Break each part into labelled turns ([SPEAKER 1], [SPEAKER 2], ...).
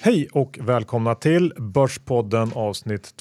[SPEAKER 1] Hej och välkomna till Börspodden avsnitt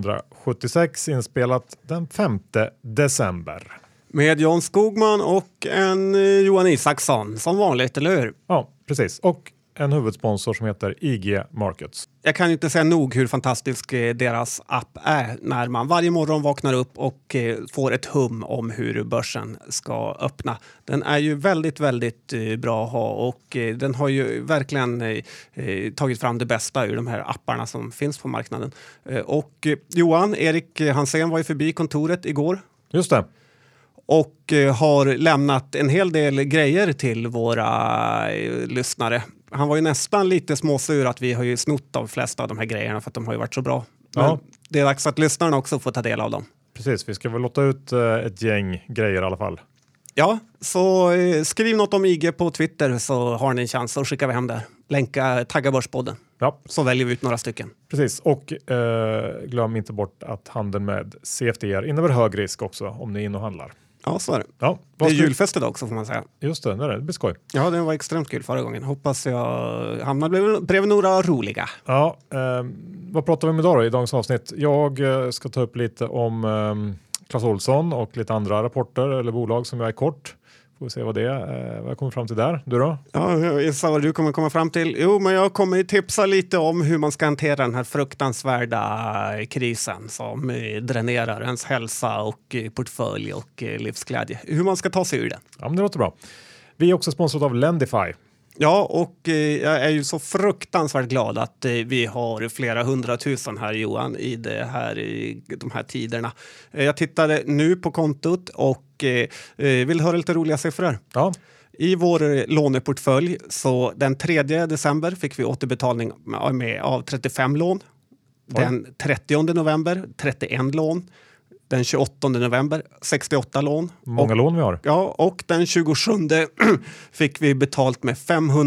[SPEAKER 1] 276 inspelat den 5 december.
[SPEAKER 2] Med John Skogman och en Johan Isaksson som vanligt, eller hur?
[SPEAKER 1] Ja, precis. Och en huvudsponsor som heter IG Markets.
[SPEAKER 2] Jag kan inte säga nog hur fantastisk deras app är när man varje morgon vaknar upp och får ett hum om hur börsen ska öppna. Den är ju väldigt, väldigt bra att ha och den har ju verkligen tagit fram det bästa ur de här apparna som finns på marknaden. Och Johan, Erik Hansén var ju förbi kontoret igår.
[SPEAKER 1] Just det.
[SPEAKER 2] Och har lämnat en hel del grejer till våra lyssnare. Han var ju nästan lite småsur att vi har ju snott de flesta av de här grejerna för att de har ju varit så bra. Men
[SPEAKER 1] Ja.
[SPEAKER 2] det är dags att lyssnarna också får ta del av dem.
[SPEAKER 1] Precis, vi ska väl låta ut ett gäng grejer i alla fall.
[SPEAKER 2] Ja, så skriv något om IG på Twitter så har ni en chans att skicka hem där. Länka tagga Börspodden.
[SPEAKER 1] Ja,
[SPEAKER 2] Så väljer vi ut några stycken.
[SPEAKER 1] precis. Och glöm inte bort att handeln med CFDR innebär hög risk också om ni är inne och handlar.
[SPEAKER 2] Ja, så är det.
[SPEAKER 1] Ja,
[SPEAKER 2] Det är julfest idag också får man säga.
[SPEAKER 1] Just det, det blir skoj.
[SPEAKER 2] Ja, det var extremt kul förra gången. Hoppas jag hamnar bredvid några roliga.
[SPEAKER 1] Ja, vad pratar vi om idag då i dagens avsnitt? Jag ska ta upp lite om Clas Ohlson och lite andra rapporter eller bolag som jag är kort. Får vi se vad jag kommer fram till där. Du då?
[SPEAKER 2] Ja, jag gissar vad du kommer komma fram till. Jo, men jag kommer tipsa lite om hur man ska hantera den här fruktansvärda krisen som dränerar ens hälsa och portfölj och livsglädje. Hur man ska ta sig ur det.
[SPEAKER 1] Ja, men det låter bra. Vi är också sponsrade av Lendify.
[SPEAKER 2] Ja, och jag är ju så fruktansvärt glad att vi har flera 100 000 här, Johan, i de här tiderna. Jag tittade nu på kontot och vill höra lite roliga siffror.
[SPEAKER 1] Ja.
[SPEAKER 2] I vår låneportfölj så den 3 december fick vi återbetalning av 35 lån. Den 30 november 31 lån. Den 28 november 68 lån.
[SPEAKER 1] Många lån vi har.
[SPEAKER 2] Ja, och den 27 fick vi betalt med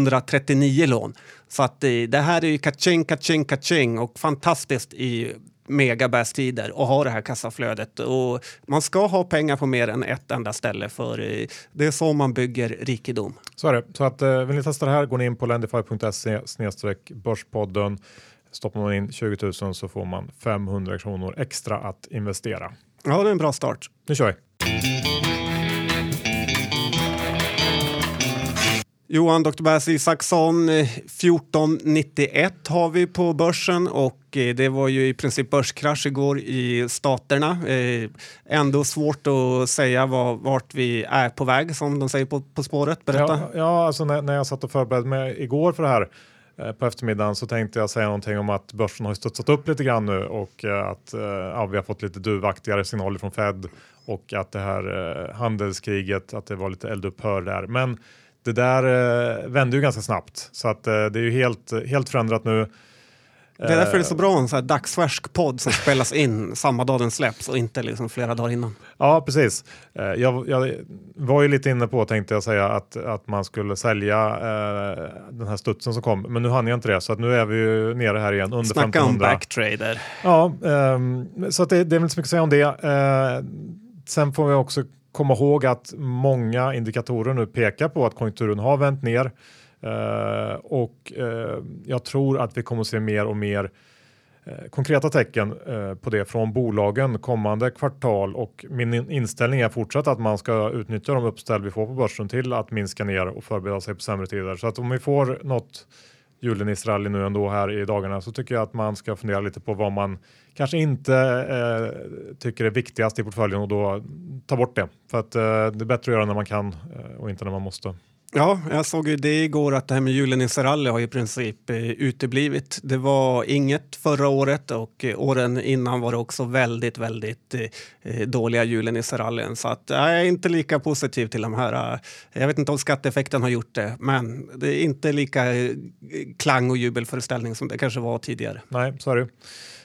[SPEAKER 2] 539 lån. Så att det här är ju kaching och fantastiskt i megabästider och ha det här kassaflödet. Och man ska ha pengar på mer än ett enda ställe för det är så man bygger rikedom.
[SPEAKER 1] Så är det. Så att vill ni testa det här går ni in på lendify.se/börspodden. Stoppar man in 20 000 så får man 500 kronor extra att investera.
[SPEAKER 2] Ja, det är en bra start.
[SPEAKER 1] Nu kör vi.
[SPEAKER 2] Johan Dr. Bass Isaksson, 1491 har vi på börsen och det var ju i princip börskrasch igår i staterna. Ändå svårt att säga vart vi är på väg som de säger på spåret. Berätta.
[SPEAKER 1] Ja, alltså när jag satt och förberedde mig igår för det här på eftermiddagen så tänkte jag säga någonting om att börsen har studsat upp lite grann nu och att vi har fått lite duvaktigare signaler från Fed och att det här handelskriget, att det var lite eldupphör där. Men det där vände ju ganska snabbt så att det är ju helt förändrat nu.
[SPEAKER 2] Det är därför det är så bra en så här dagsfärsk podd som spelas in samma dag den släpps och inte liksom flera dagar innan.
[SPEAKER 1] Ja, precis. Jag var ju lite inne på, tänkte jag säga, att man skulle sälja den här studsen som kom. Men nu hann jag inte det, så att nu är vi ju nere här igen under 1500.
[SPEAKER 2] Snacka om backtrader.
[SPEAKER 1] Ja, så att det är väl inte så mycket att säga om det. Sen får vi också komma ihåg att många indikatorer nu pekar på att konjunkturen har vänt ner. Och jag tror att vi kommer att se mer och mer konkreta tecken på det från bolagen kommande kvartal och min inställning är fortsatt att man ska utnyttja de uppställ vi får på börsen till att minska ner och förbereda sig på sämre tider. Så att om vi får något julenisrally nu ändå här i dagarna så tycker jag att man ska fundera lite på vad man kanske inte tycker är viktigast i portföljen och då ta bort det. För att det är bättre att göra när man kan och inte när man måste.
[SPEAKER 2] Ja, jag såg ju det igår att det här med julenisserally har i princip uteblivit. Det var inget förra året och åren innan var det också väldigt, väldigt dåliga julenisserallyn. Så att jag är inte lika positiv till de här. Jag vet inte om skatteeffekten har gjort det, men det är inte lika klang- och jubelföreställning som det kanske var tidigare.
[SPEAKER 1] Nej, så är det.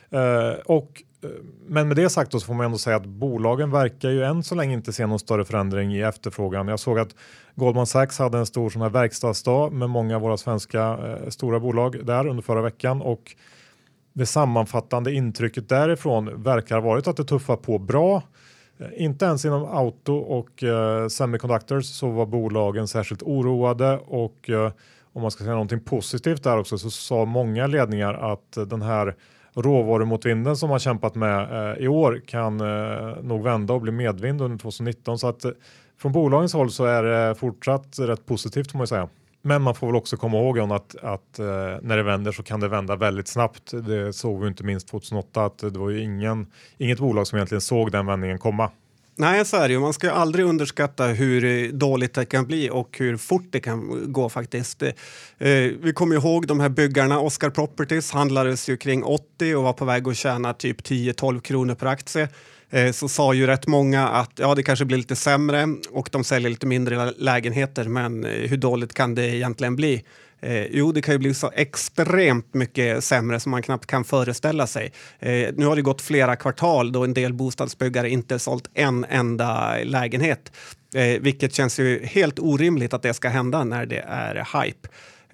[SPEAKER 1] Men med det sagt då så får man ändå säga att bolagen verkar ju än så länge inte se någon större förändring i efterfrågan. Jag såg att Goldman Sachs hade en stor sån här verkstadsdag med många av våra svenska stora bolag där under förra veckan och det sammanfattande intrycket därifrån verkar ha varit att det tuffar på bra. Inte ens inom auto och semiconductors så var bolagen särskilt oroade och om man ska säga någonting positivt där också, så sa många ledningar att den här råvarumotvinden som man kämpat med i år kan nog vända och bli medvind under 2019. Så att från bolagens håll så är det fortsatt rätt positivt får man säga. Men man får väl också komma ihåg att när det vänder så kan det vända väldigt snabbt. Det såg vi inte minst 2008 att det var ju inget bolag som egentligen såg den vändningen komma.
[SPEAKER 2] Nej, så är det ju. Man ska ju aldrig underskatta hur dåligt det kan bli och hur fort det kan gå faktiskt. Vi kommer ihåg de här byggarna. Oscar Properties handlades ju kring 80 och var på väg att tjäna typ 10-12 kronor per aktie. Så sa ju rätt många att det kanske blir lite sämre och de säljer lite mindre lägenheter, men hur dåligt kan det egentligen bli? Jo, det kan ju bli så extremt mycket sämre som man knappt kan föreställa sig. Nu har det gått flera kvartal då en del bostadsbyggare inte sålt en enda lägenhet. Vilket känns ju helt orimligt att det ska hända när det är hype.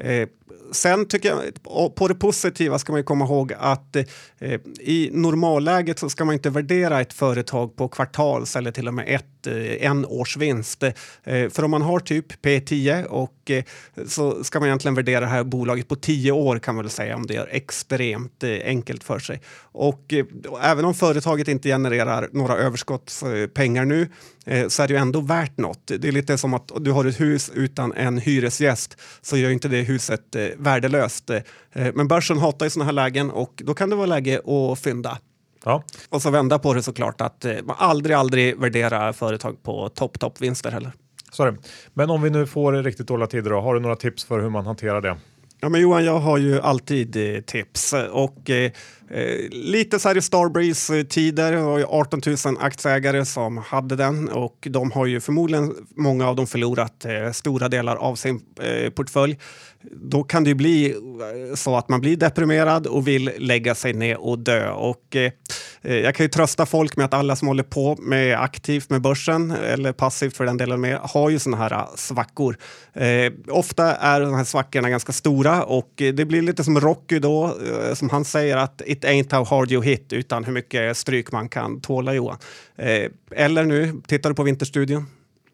[SPEAKER 2] Sen tycker jag, på det positiva ska man ju komma ihåg att i normalläget så ska man inte värdera ett företag på kvartals eller till och med en års vinst. För om man har typ P10 och så ska man egentligen värdera det här bolaget på 10 år kan man väl säga, om det är extremt enkelt för sig. Och även om företaget inte genererar några överskottspengar nu så är det ju ändå värt något. Det är lite som att du har ett hus utan en hyresgäst, så gör inte det huset värdelöst. Men börsen hatar i såna här lägen och då kan det vara läge att fynda.
[SPEAKER 1] Ja.
[SPEAKER 2] Och så vända på det såklart, att man aldrig värderar företag på toppvinster heller.
[SPEAKER 1] Sorry. Men om vi nu får riktigt dåliga tider då, har du några tips för hur man hanterar det?
[SPEAKER 2] Ja, men Johan, jag har ju alltid tips och lite så här i Starbreeze-tider har ju 18 000 aktieägare som hade den och de har ju förmodligen många av dem förlorat stora delar av sin portfölj. Då kan det ju bli så att man blir deprimerad och vill lägga sig ner och dö. Och jag kan ju trösta folk med att alla som håller på med aktivt med börsen eller passivt för den delen med har ju såna här svackor. Ofta är de här svackorna ganska stora och det blir lite som Rocky då, som han säger att it ain't how hard you hit utan hur mycket stryk man kan tåla, Johan. Eller nu, tittar du på Vinterstudion?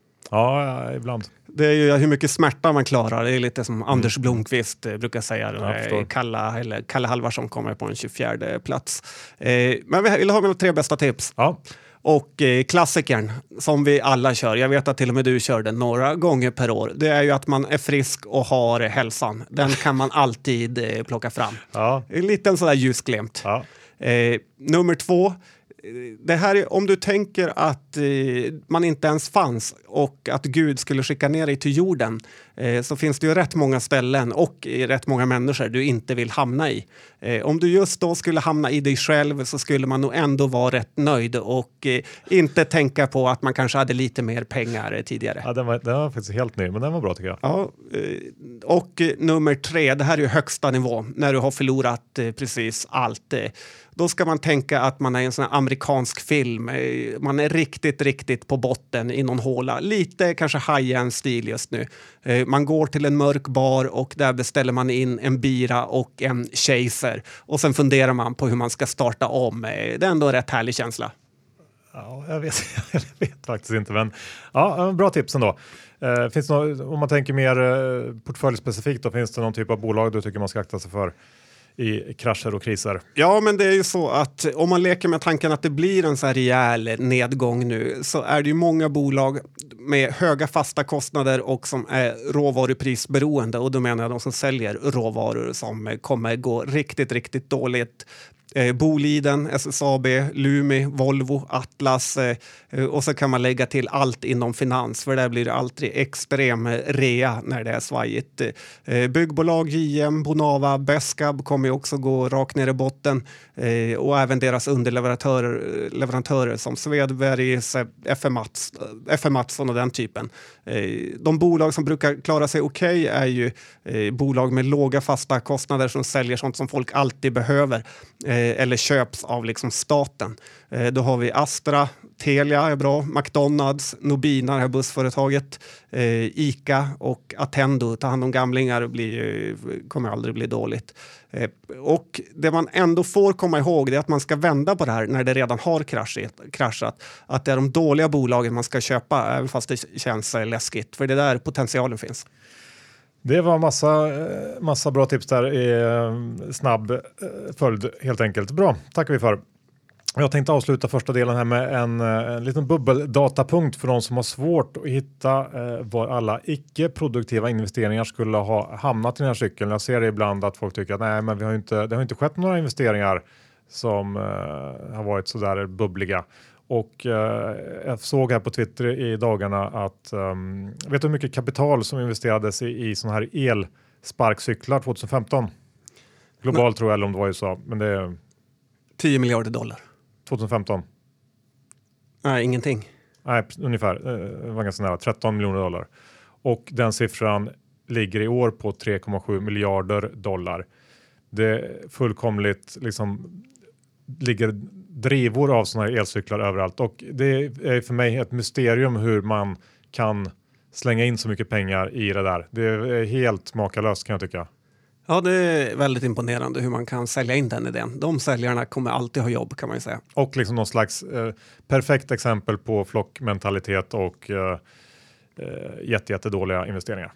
[SPEAKER 1] Ja, ibland.
[SPEAKER 2] Det är ju hur mycket smärta man klarar. Det är lite som Anders Blomqvist brukar säga. Kalle Halvarsson kommer på en 24:e plats. Men vi vill ha mina 3 bästa tips.
[SPEAKER 1] Ja.
[SPEAKER 2] Och klassikern som vi alla kör, jag vet att till och med du kör den några gånger per år, det är ju att man är frisk och har hälsan. Den kan man alltid plocka fram.
[SPEAKER 1] Ja.
[SPEAKER 2] En liten sådär ljusglimt.
[SPEAKER 1] Ja.
[SPEAKER 2] Nummer 2. Det här är, om du tänker att man inte ens fanns och att Gud skulle skicka ner dig till jorden, så finns det ju rätt många ställen och rätt många människor du inte vill hamna i. Om du just då skulle hamna i dig själv så skulle man nog ändå vara rätt nöjd och inte tänka på att man kanske hade lite mer pengar tidigare.
[SPEAKER 1] Ja, den var faktiskt helt ny, men den var bra tycker jag.
[SPEAKER 2] Ja, och nummer 3, det här är ju högsta nivå när du har förlorat precis allt. Då ska man tänka att man är en sån här amerikansk film. Man är riktigt på botten i någon håla. Lite kanske high-end stil just nu. Man går till en mörk bar och där beställer man in en bira och en chaser. Och sen funderar man på hur man ska starta om. Det är ändå en rätt härlig känsla.
[SPEAKER 1] Ja, jag vet faktiskt inte, men ja, bra tips ändå. Finns det något, om man tänker mer portföljspecifikt, då finns det någon typ av bolag du tycker man ska akta sig för i krascher och kriser?
[SPEAKER 2] Ja, men det är ju så att om man leker med tanken att det blir en så här rejäl nedgång nu, så är det ju många bolag med höga fasta kostnader och som är råvaruprisberoende, och då menar jag de som säljer råvaror som kommer gå riktigt dåligt. Boliden, SSAB, Lumi, Volvo, Atlas och så kan man lägga till allt inom finans, för där blir det alltid extrem rea när det är svajigt. Byggbolag, JM, Bonava, Beskab kommer ju också gå rakt ner i botten och även deras underleverantörer som Svedbergs, FM Mattsson och den typen. De bolag som brukar klara sig okej är ju bolag med låga fasta kostnader som säljer sånt som folk alltid behöver eller köps av liksom staten. Då har vi Astra, Telia är bra, McDonalds, Nobina, det här bussföretaget, ICA och Attendo, ta hand om gamlingar, kommer aldrig bli dåligt. Och det man ändå får komma ihåg är att man ska vända på det här när det redan har kraschat. Att det är de dåliga bolagen man ska köpa, även fast det känns läskigt, för det är där potentialen finns.
[SPEAKER 1] Det var massa bra tips där i snabb följd helt enkelt. Bra, tackar vi för. Jag tänkte avsluta första delen här med en liten bubbeldatapunkt för de som har svårt att hitta var alla icke-produktiva investeringar skulle ha hamnat i den här cykeln. Jag ser det ibland att folk tycker att nej, men det har inte skett några investeringar som har varit så där bubbliga. Och jag såg här på Twitter i dagarna att vet du hur mycket kapital som investerades i såna här elsparkcyklar 2015? Globalt tror jag, eller om det var i USA, men det är
[SPEAKER 2] 10 miljarder dollar.
[SPEAKER 1] 2015?
[SPEAKER 2] Nej, ingenting.
[SPEAKER 1] Nej, ungefär. Det var ganska nära. 13 miljoner dollar. Och den siffran ligger i år på 3,7 miljarder dollar. Det är fullkomligt liksom ligger drivor av såna här elcyklar överallt. Och det är för mig ett mysterium hur man kan slänga in så mycket pengar i det där. Det är helt makalöst kan jag tycka.
[SPEAKER 2] Ja, det är väldigt imponerande hur man kan sälja in den idén. De säljarna kommer alltid ha jobb kan man ju säga.
[SPEAKER 1] Och liksom någon slags perfekt exempel på flockmentalitet och jättedåliga investeringar.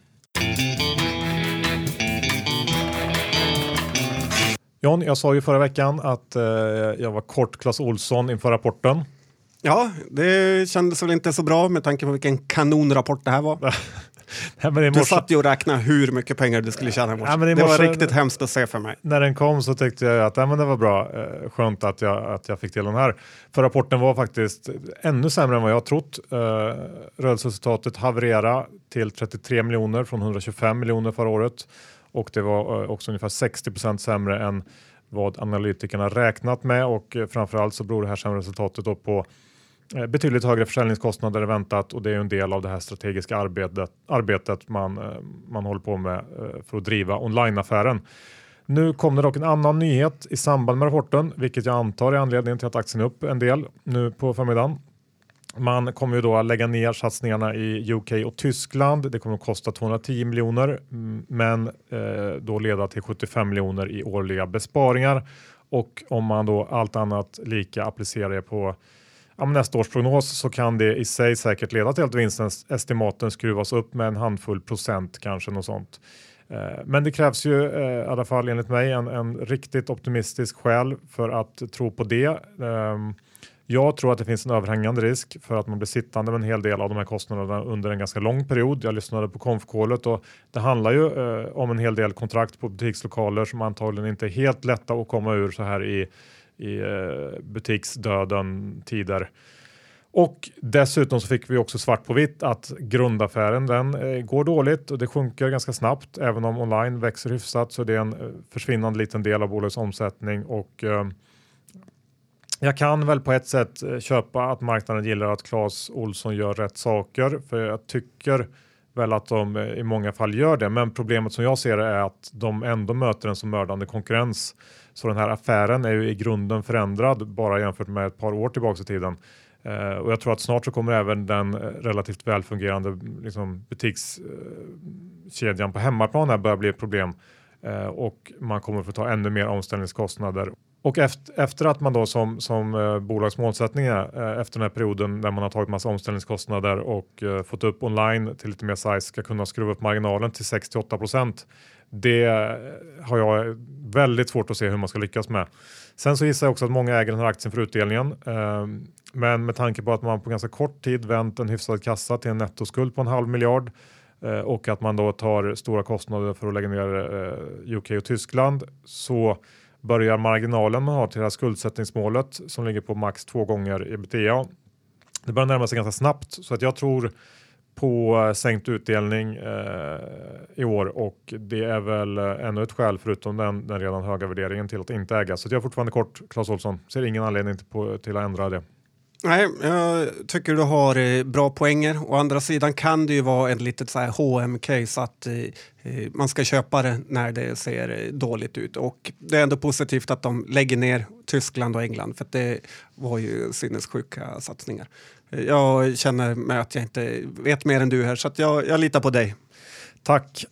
[SPEAKER 1] John, jag sa ju förra veckan att jag var kort Clas Ohlson inför rapporten.
[SPEAKER 2] Ja, det kändes väl inte så bra med tanke på vilken kanonrapport det här var.
[SPEAKER 1] Nej, men
[SPEAKER 2] du satt ju och räknade hur mycket pengar du skulle tjäna i morse.
[SPEAKER 1] Ja,
[SPEAKER 2] det var riktigt hemskt att se för mig.
[SPEAKER 1] När den kom så tyckte jag att men det var bra. Skönt att jag fick till den här. För rapporten var faktiskt ännu sämre än vad jag trott. Rörelseresultatet havererade till 33 miljoner från 125 miljoner förra året. Och det var också ungefär 60% sämre än vad analytikerna räknat med. Och framförallt så beror det här sämre resultatet då på betydligt högre försäljningskostnader än väntat, och det är en del av det här strategiska arbetet man håller på med för att driva onlineaffären. Nu kom det dock en annan nyhet i samband med rapporten, vilket jag antar är anledningen till att aktien är upp en del nu på förmiddagen. Man kommer ju då att lägga ner satsningarna i UK och Tyskland. Det kommer att kosta 210 miljoner men då leda till 75 miljoner i årliga besparingar. Och om man då allt annat lika applicerar det på nästa års prognos så kan det i sig säkert leda till att vinstestimaten skruvas upp med en handfull procent kanske något sånt. Men det krävs ju i alla fall enligt mig en riktigt optimistisk skäl för att tro på det. Jag tror att det finns en överhängande risk för att man blir sittande med en hel del av de här kostnaderna under en ganska lång period. Jag lyssnade på konfkålet och det handlar ju om en hel del kontrakt på butikslokaler som antagligen inte är helt lätta att komma ur så här i butiksdöden tider. Och dessutom så fick vi också svart på vitt att grundaffären den går dåligt och det sjunker ganska snabbt. Även om online växer hyfsat så är det en försvinnande liten del av bolagets omsättning och jag kan väl på ett sätt köpa att marknaden gillar att Clas Ohlson gör rätt saker, för jag tycker väl att de i många fall gör det. Men problemet som jag ser det är att de ändå möter en så mördande konkurrens. Så den här affären är ju i grunden förändrad bara jämfört med ett par år tillbaka i tiden. Och jag tror att snart så kommer även den relativt välfungerande liksom, butikskedjan på hemmaplan här börja bli ett problem. Och man kommer få ta ännu mer omställningskostnader. Och efter att man då som bolags målsättning är efter den här perioden där man har tagit massa omställningskostnader och fått upp online till lite mer size ska kunna skruva upp marginalen till 6-8%. Det har jag väldigt svårt att se hur man ska lyckas med. Sen så gissar jag också att många äger den här aktien för utdelningen. Men med tanke på att man på ganska kort tid vänt en hyfsad kassa till en nettoskuld på 500 miljoner och att man då tar stora kostnader för att lägga ner UK och Tyskland så börjar marginalen man har till det här skuldsättningsmålet som ligger på max 2 gånger ebitda. Det börjar närma sig ganska snabbt så att jag tror på sänkt utdelning i år och det är väl ännu ett skäl förutom den redan höga värderingen till att inte äga. Så jag är fortfarande kort Clas Ohlson. Ser ingen anledning till att ändra det.
[SPEAKER 2] Nej, jag tycker du har bra poänger. Å andra sidan kan det ju vara en litet så här H&M-case att man ska köpa det när det ser dåligt ut. Och det är ändå positivt att de lägger ner Tyskland och England för att det var ju sinnessjuka satsningar. Jag känner med att jag inte vet mer än du här så att jag litar på dig.
[SPEAKER 1] Tack.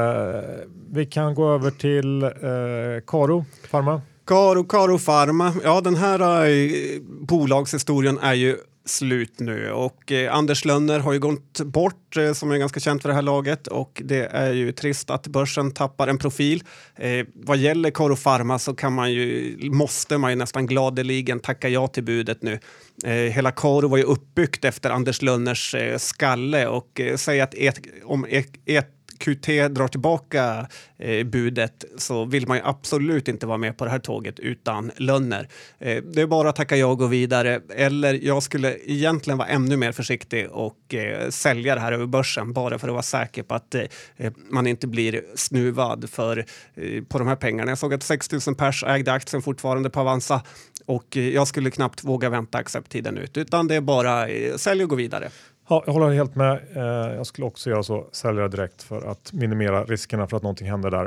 [SPEAKER 1] Vi kan gå över till Karo Pharma.
[SPEAKER 2] Karo Pharma. Ja, den här bolagshistorien är ju slut nu och Anders Lönner har ju gått bort som är ganska känt för det här laget och det är ju trist att börsen tappar en profil. Vad gäller Koro Pharma så måste man ju nästan gladeligen tacka ja till budet nu. Hela Koro var ju uppbyggt efter Anders Lönners skalle och säga att om QT drar tillbaka budet så vill man ju absolut inte vara med på det här tåget utan Lönner. Det är bara att tacka jag och gå vidare. Eller jag skulle egentligen vara ännu mer försiktig och sälja det här över börsen bara för att vara säker på att man inte blir snuvad på de här pengarna. Jag såg att 6 000 pers ägde aktien fortfarande på Avanza och jag skulle knappt våga vänta accepttiden ut utan det är bara sälj och gå vidare.
[SPEAKER 1] Ja, jag håller helt med. Jag skulle också göra så, sälja direkt för att minimera riskerna för att någonting händer där.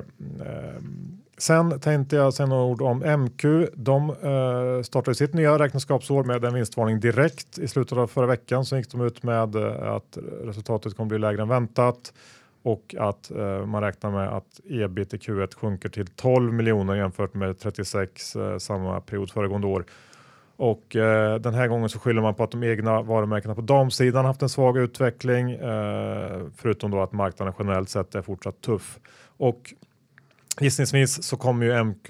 [SPEAKER 1] Sen tänkte jag säga några ord om MQ. De startade sitt nya räkenskapsår med en vinstvarning direkt. I slutet av förra veckan så gick de ut med att resultatet kommer bli lägre än väntat och att man räknar med att EBIT i Q1 sjunker till 12 miljoner jämfört med 36 samma period föregående år. Och den här gången så skyller man på att de egna varumärkena på damsidan haft en svag utveckling förutom då att marknaden generellt sett är fortsatt tuff. Och gissningsvis så kommer ju MQ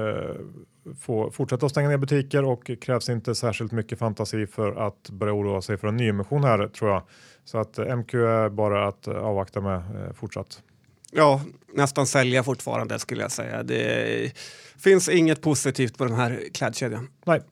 [SPEAKER 1] få fortsätta att stänga ner butiker och krävs inte särskilt mycket fantasi för att börja oroa sig för en nyemission här tror jag. Så att MQ är bara att avvakta med fortsatt.
[SPEAKER 2] Ja, nästan sälja fortfarande skulle jag säga. Det finns inget positivt på den här klädkedjan.
[SPEAKER 1] Nej.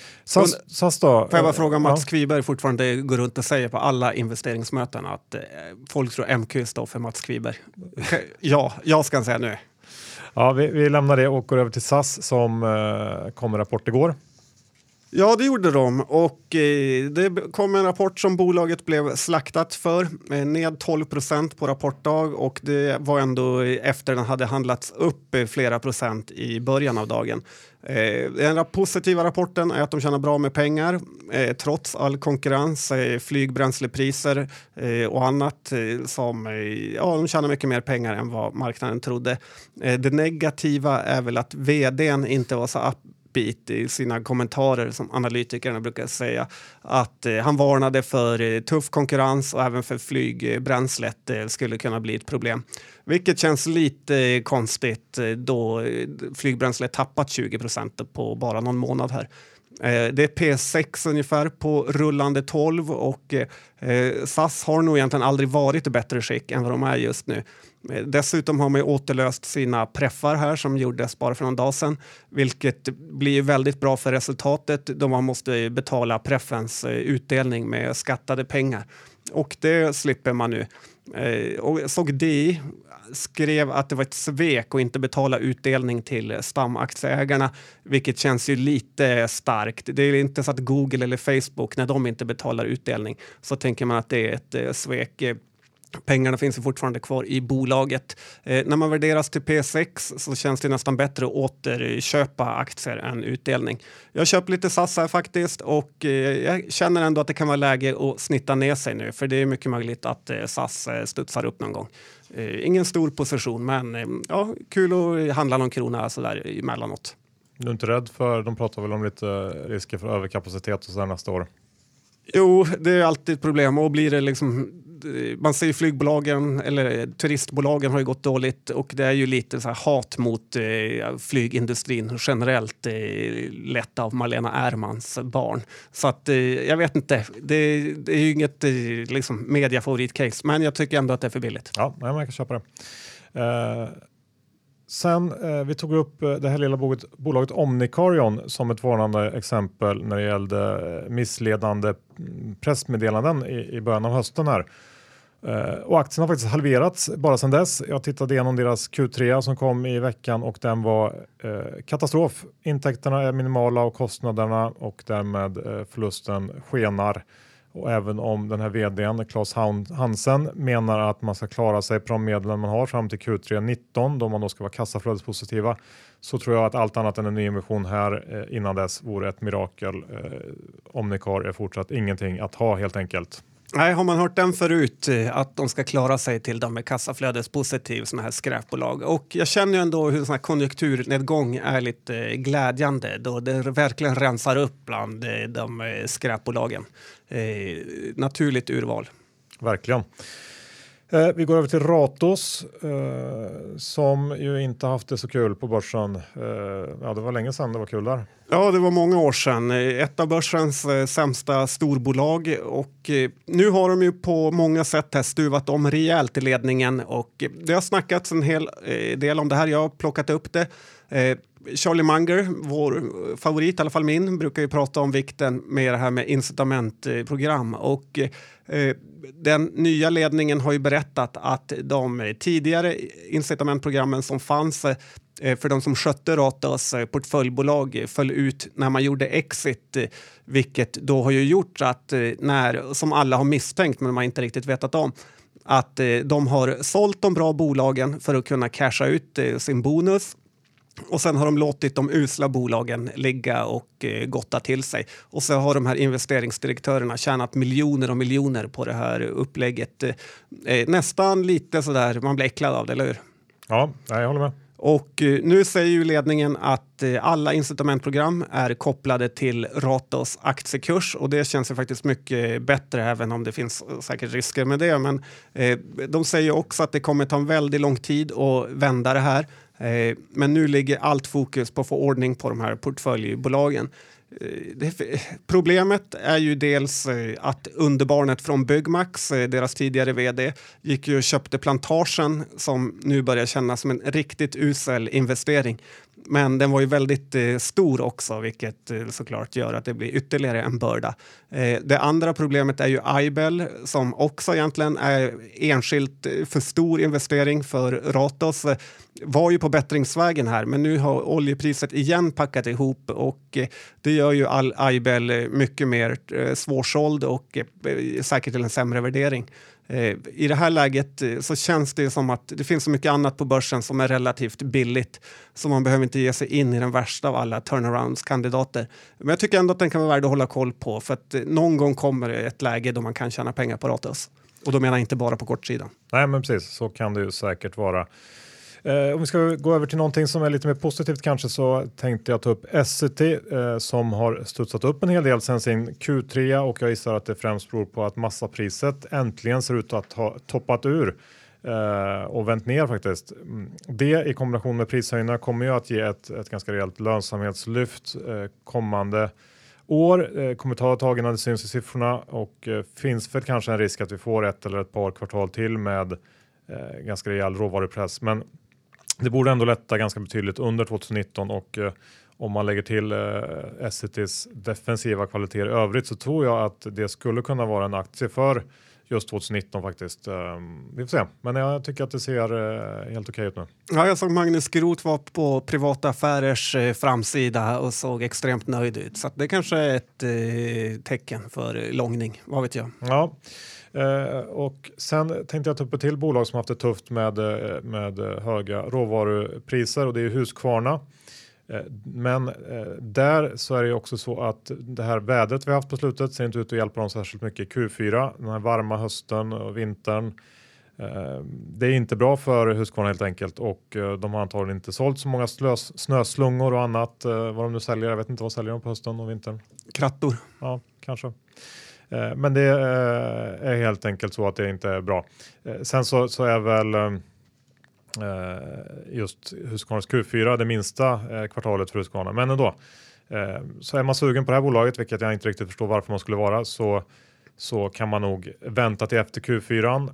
[SPEAKER 1] SAS då?
[SPEAKER 2] Får jag bara fråga Mats Kviberg fortfarande går runt och säger på alla investeringsmöten att folk tror MQ står för Mats Kviberg. Ja, jag ska säga nu.
[SPEAKER 1] Ja, vi lämnar det och går över till SAS som kom med rapport igår.
[SPEAKER 2] Ja, det gjorde de och det kom en rapport som bolaget blev slaktat för. Ned 12% på rapportdag och det var ändå efter den hade handlats upp flera procent i början av dagen. Den positiva rapporten är att de tjänar bra med pengar trots all konkurrens, flygbränslepriser och annat som de tjänar mycket mer pengar än vad marknaden trodde. Det negativa är väl att vdn inte var så upbeat i sina kommentarer som analytikerna brukar säga att han varnade för tuff konkurrens och även för flygbränslet skulle kunna bli ett problem. Vilket känns lite konstigt då flygbränslet tappat 20% på bara någon månad här. Det är P6 ungefär på rullande 12 och SAS har nog egentligen aldrig varit i bättre skick än vad de är just nu. Dessutom har man ju återlöst sina preffar här som gjordes bara för någon dag sedan, vilket blir väldigt bra för resultatet då man måste betala preffens utdelning med skattade pengar. Och det slipper man nu. Och såg det skrev att det var ett svek och inte betala utdelning till stamaktieägarna, vilket känns ju lite starkt. Det är inte så att Google eller Facebook, när de inte betalar utdelning, så tänker man att det är ett svek. Pengarna finns ju fortfarande kvar i bolaget. När man värderas till P6 så känns det nästan bättre att återköpa aktier än utdelning. Jag köper lite SAS här faktiskt och jag känner ändå att det kan vara läge att snitta ner sig nu, för det är mycket möjligt att SAS studsar upp någon gång. Ingen stor position, men kul att handla någon krona sådär emellanåt.
[SPEAKER 1] Du är inte rädd för, de pratar väl om lite risker för överkapacitet och så nästa år?
[SPEAKER 2] Jo, det är alltid ett problem och blir det liksom, man ser flygbolagen eller turistbolagen har ju gått dåligt och det är ju lite så här hat mot flygindustrin generellt lett av Malena Ärmans barn. Så att jag vet inte, det är ju inget liksom mediafavoritcase, men jag tycker ändå att det är för billigt.
[SPEAKER 1] Ja, man kan köpa det. Sen vi tog upp det här lilla bolaget Omnicarion som ett varnande exempel när det gällde missledande pressmeddelanden i början av hösten här. Och aktien har faktiskt halverats bara sedan dess. Jag tittade igenom deras Q3 som kom i veckan och den var katastrof. Intäkterna är minimala och kostnaderna och därmed förlusten skenar. Och även om den här vdn, Claes Hansen, menar att man ska klara sig på de medlen man har fram till Q3 19, då man då ska vara kassaflödespositiva, så tror jag att allt annat än en nyemission här innan dess vore ett mirakel. Omnicar är fortsatt ingenting att ha helt enkelt.
[SPEAKER 2] Nej, har man hört den förut att de ska klara sig till de med kassaflödespositiv såna här skräpbolag. Och jag känner ju ändå hur sån här konjunkturnedgång är lite glädjande då det verkligen rensar upp bland de skräpbolagen. Naturligt urval.
[SPEAKER 1] Verkligen. Vi går över till Ratos som ju inte haft det så kul på börsen. Det var länge sedan det var kul där.
[SPEAKER 2] Ja, det var många år sedan. Ett av börsens sämsta storbolag och nu har de ju på många sätt stuvat om rejält i ledningen och det har snackats en hel del om det här. Jag har plockat upp det. Charlie Munger, vår favorit, i alla fall min, brukar ju prata om vikten med det här med incitamentprogram och den nya ledningen har ju berättat att de tidigare incitamentprogrammen som fanns för de som skötte Ratos portföljbolag föll ut när man gjorde exit, vilket då har ju gjort att som alla har misstänkt men man inte riktigt vetat om, att de har sålt de bra bolagen för att kunna casha ut sin bonus. Och sen har de låtit de usla bolagen ligga och gotta till sig. Och så har de här investeringsdirektörerna tjänat miljoner och miljoner på det här upplägget. Nästan lite sådär, man blir äcklad av det, eller hur?
[SPEAKER 1] Ja, jag håller med.
[SPEAKER 2] Och nu säger ju ledningen att alla incitamentprogram är kopplade till Ratos aktiekurs och det känns ju faktiskt mycket bättre även om det finns säkert risker med det. Men de säger också att det kommer ta en väldigt lång tid att vända det här. Men nu ligger allt fokus på att få ordning på de här portföljbolagen. Problemet är ju dels att underbarnet från Byggmax, deras tidigare vd, gick ju och köpte Plantagen som nu börjar kännas som en riktigt usel investering. Men den var ju väldigt stor också, vilket såklart gör att det blir ytterligare en börda. Det andra problemet är ju Aibel som också egentligen är enskilt för stor investering för Ratos. Var ju på bättringsvägen här, men nu har oljepriset igen packat ihop och det gör ju Aibel mycket mer svårsåld och säkert till en sämre värdering. I det här läget så känns det som att det finns så mycket annat på börsen som är relativt billigt så man behöver inte ge sig in i den värsta av alla turnarounds-kandidater. Men jag tycker ändå att den kan vara värd att hålla koll på för att någon gång kommer ett läge då man kan tjäna pengar på Ratos. Och då menar jag inte bara på kortsidan.
[SPEAKER 1] Nej, men precis, så kan det ju säkert vara. Om vi ska gå över till någonting som är lite mer positivt kanske så tänkte jag ta upp Essity som har studsat upp en hel del sedan sin Q3 och jag gissar att det främst beror på att massapriset äntligen ser ut att ha toppat ur och vänt ner faktiskt. Det i kombination med prishöjningar kommer ju att ge ett ganska rejält lönsamhetslyft kommande år. Kommer ta tag innan det syns i siffrorna och finns för kanske en risk att vi får ett eller ett par kvartal till med ganska rejäl råvarupress. Men det borde ändå lätta ganska betydligt under 2019 och om man lägger till Essitys defensiva kvaliteter i övrigt så tror jag att det skulle kunna vara en aktie för just 2019 faktiskt. Vi får se. Men jag tycker att det ser helt okej ut nu.
[SPEAKER 2] Ja, jag såg Magnus Groth var på Privata Affärers framsida och såg extremt nöjd ut. Så att det kanske är ett tecken för långning. Vad vet jag?
[SPEAKER 1] Ja. Och sen tänkte jag ta upp ett till bolag som haft det tufft med höga råvarupriser och det är Husqvarna. Men där så är det också så att det här vädret vi haft på slutet ser inte ut att hjälpa dem särskilt mycket i Q4. Den här varma hösten och vintern. Det är inte bra för Husqvarna helt enkelt och de har antagligen inte sålt så många snöslungor och annat. Vad de nu säljer, jag vet inte vad säljer de på hösten och vintern.
[SPEAKER 2] Krattor.
[SPEAKER 1] Ja, kanske. Men det är helt enkelt så att det inte är bra. Sen så är väl just Husqvarnas Q4 det minsta kvartalet för Husqvarna. Men ändå, så är man sugen på det här bolaget, vilket jag inte riktigt förstår varför man skulle vara, så kan man nog vänta till efter Q4.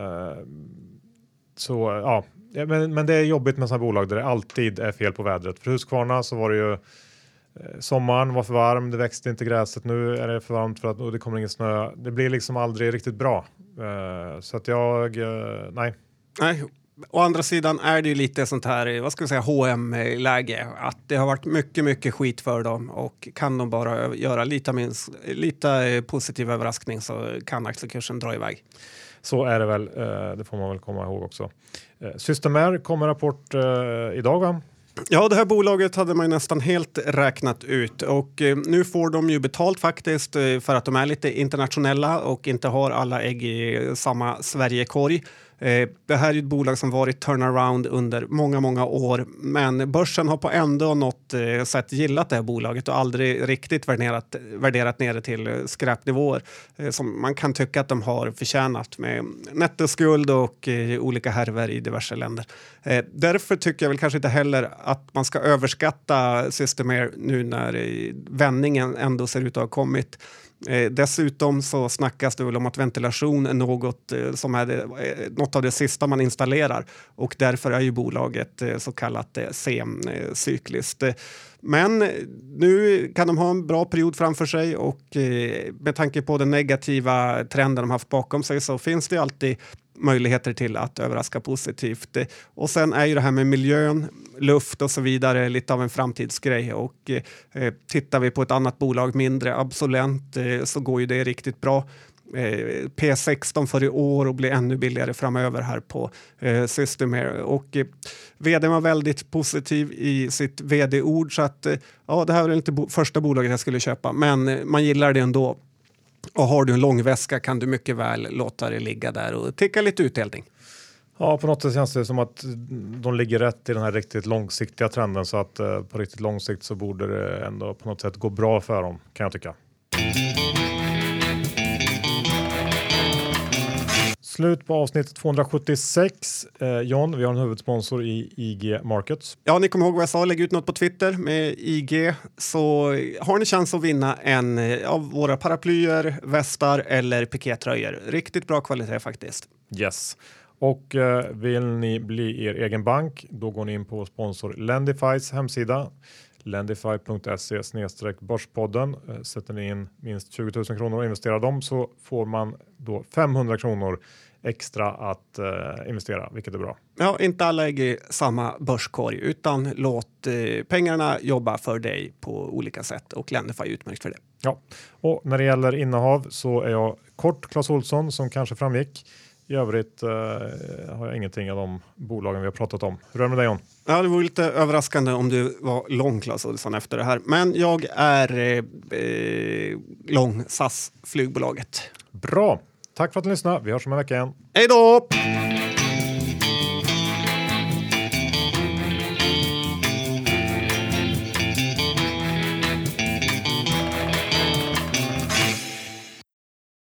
[SPEAKER 1] Men det är jobbigt med sådana bolag där det alltid är fel på vädret. För Husqvarna så var det ju sommaren var för varm, det växte inte gräset, nu är det för varmt för att det kommer ingen snö. Det blir liksom aldrig riktigt bra. Så att nej.
[SPEAKER 2] Nej, å andra sidan är det ju lite sånt här, vad ska vi säga, H&M-läge. Att det har varit mycket, mycket skit för dem och kan de bara göra lite positiv överraskning så kan aktiekursen dra iväg.
[SPEAKER 1] Så är det väl, det får man väl komma ihåg också. Systemair kommer rapport idag va?
[SPEAKER 2] Ja, det här bolaget hade man ju nästan helt räknat ut och nu får de ju betalt faktiskt för att de är lite internationella och inte har alla ägg i samma Sverigekorg. Det här är ett bolag som varit turnaround under många år, men börsen har på ändå något sätt gillat det här bolaget och aldrig riktigt värderat ner det till skräpnivåer som man kan tycka att de har förtjänat med nettoskuld och olika härvor i diverse länder. Därför tycker jag väl kanske inte heller att man ska överskatta Systemair nu när vändningen ändå ser ut att ha kommit. Dessutom så snackas det väl om att ventilation är något som är något av det sista man installerar och därför är ju bolaget så kallat semcykliskt. Men nu kan de ha en bra period framför sig och med tanke på den negativa trenden de haft bakom sig så finns det alltid möjligheter till att överraska positivt. Och sen är ju det här med miljön, luft och så vidare lite av en framtidsgrej och tittar vi på ett annat bolag mindre Absolent så går ju det riktigt bra. P16 för i år och blir ännu billigare framöver här på Systemair och vd var väldigt positiv i sitt vd-ord så att ja, det här är inte första bolaget jag skulle köpa men man gillar det ändå. Och har du en lång väska kan du mycket väl låta det ligga där och ticka lite utdelning.
[SPEAKER 1] Ja, på något sätt känns det som att de ligger rätt i den här riktigt långsiktiga trenden så att på riktigt lång sikt så borde det ändå på något sätt gå bra för dem, kan jag tycka. Slut på avsnitt 276. John, vi har en huvudsponsor i IG Markets.
[SPEAKER 2] Ja, ni kommer ihåg vad jag sa. Lägg ut något på Twitter med IG så har ni chans att vinna en av våra paraplyer, västar eller pikétröjor. Riktigt bra kvalitet faktiskt.
[SPEAKER 1] Yes. Och vill ni bli er egen bank, då går ni in på sponsor Lendifys hemsida. Lendify.se/börspodden. Sätter ni in minst 20 000 kronor och investerar dem så får man då 500 kronor extra att investera, vilket är bra.
[SPEAKER 2] Ja, inte alla äger samma börskorg utan låt pengarna jobba för dig på olika sätt och Lendify är utmärkt för det.
[SPEAKER 1] Ja, och när det gäller innehav så är jag kort Clas Ohlson som kanske framgick. I övrigt har jag ingenting av de bolagen vi har pratat om. Hur är det med dig, John?
[SPEAKER 2] Ja, det var lite överraskande om du var lång Clas Ohlson efter det här. Men jag är lång SAS-flygbolaget.
[SPEAKER 1] Bra! Tack för att ni lyssnade. Vi hörs om en vecka igen.
[SPEAKER 2] Hej då!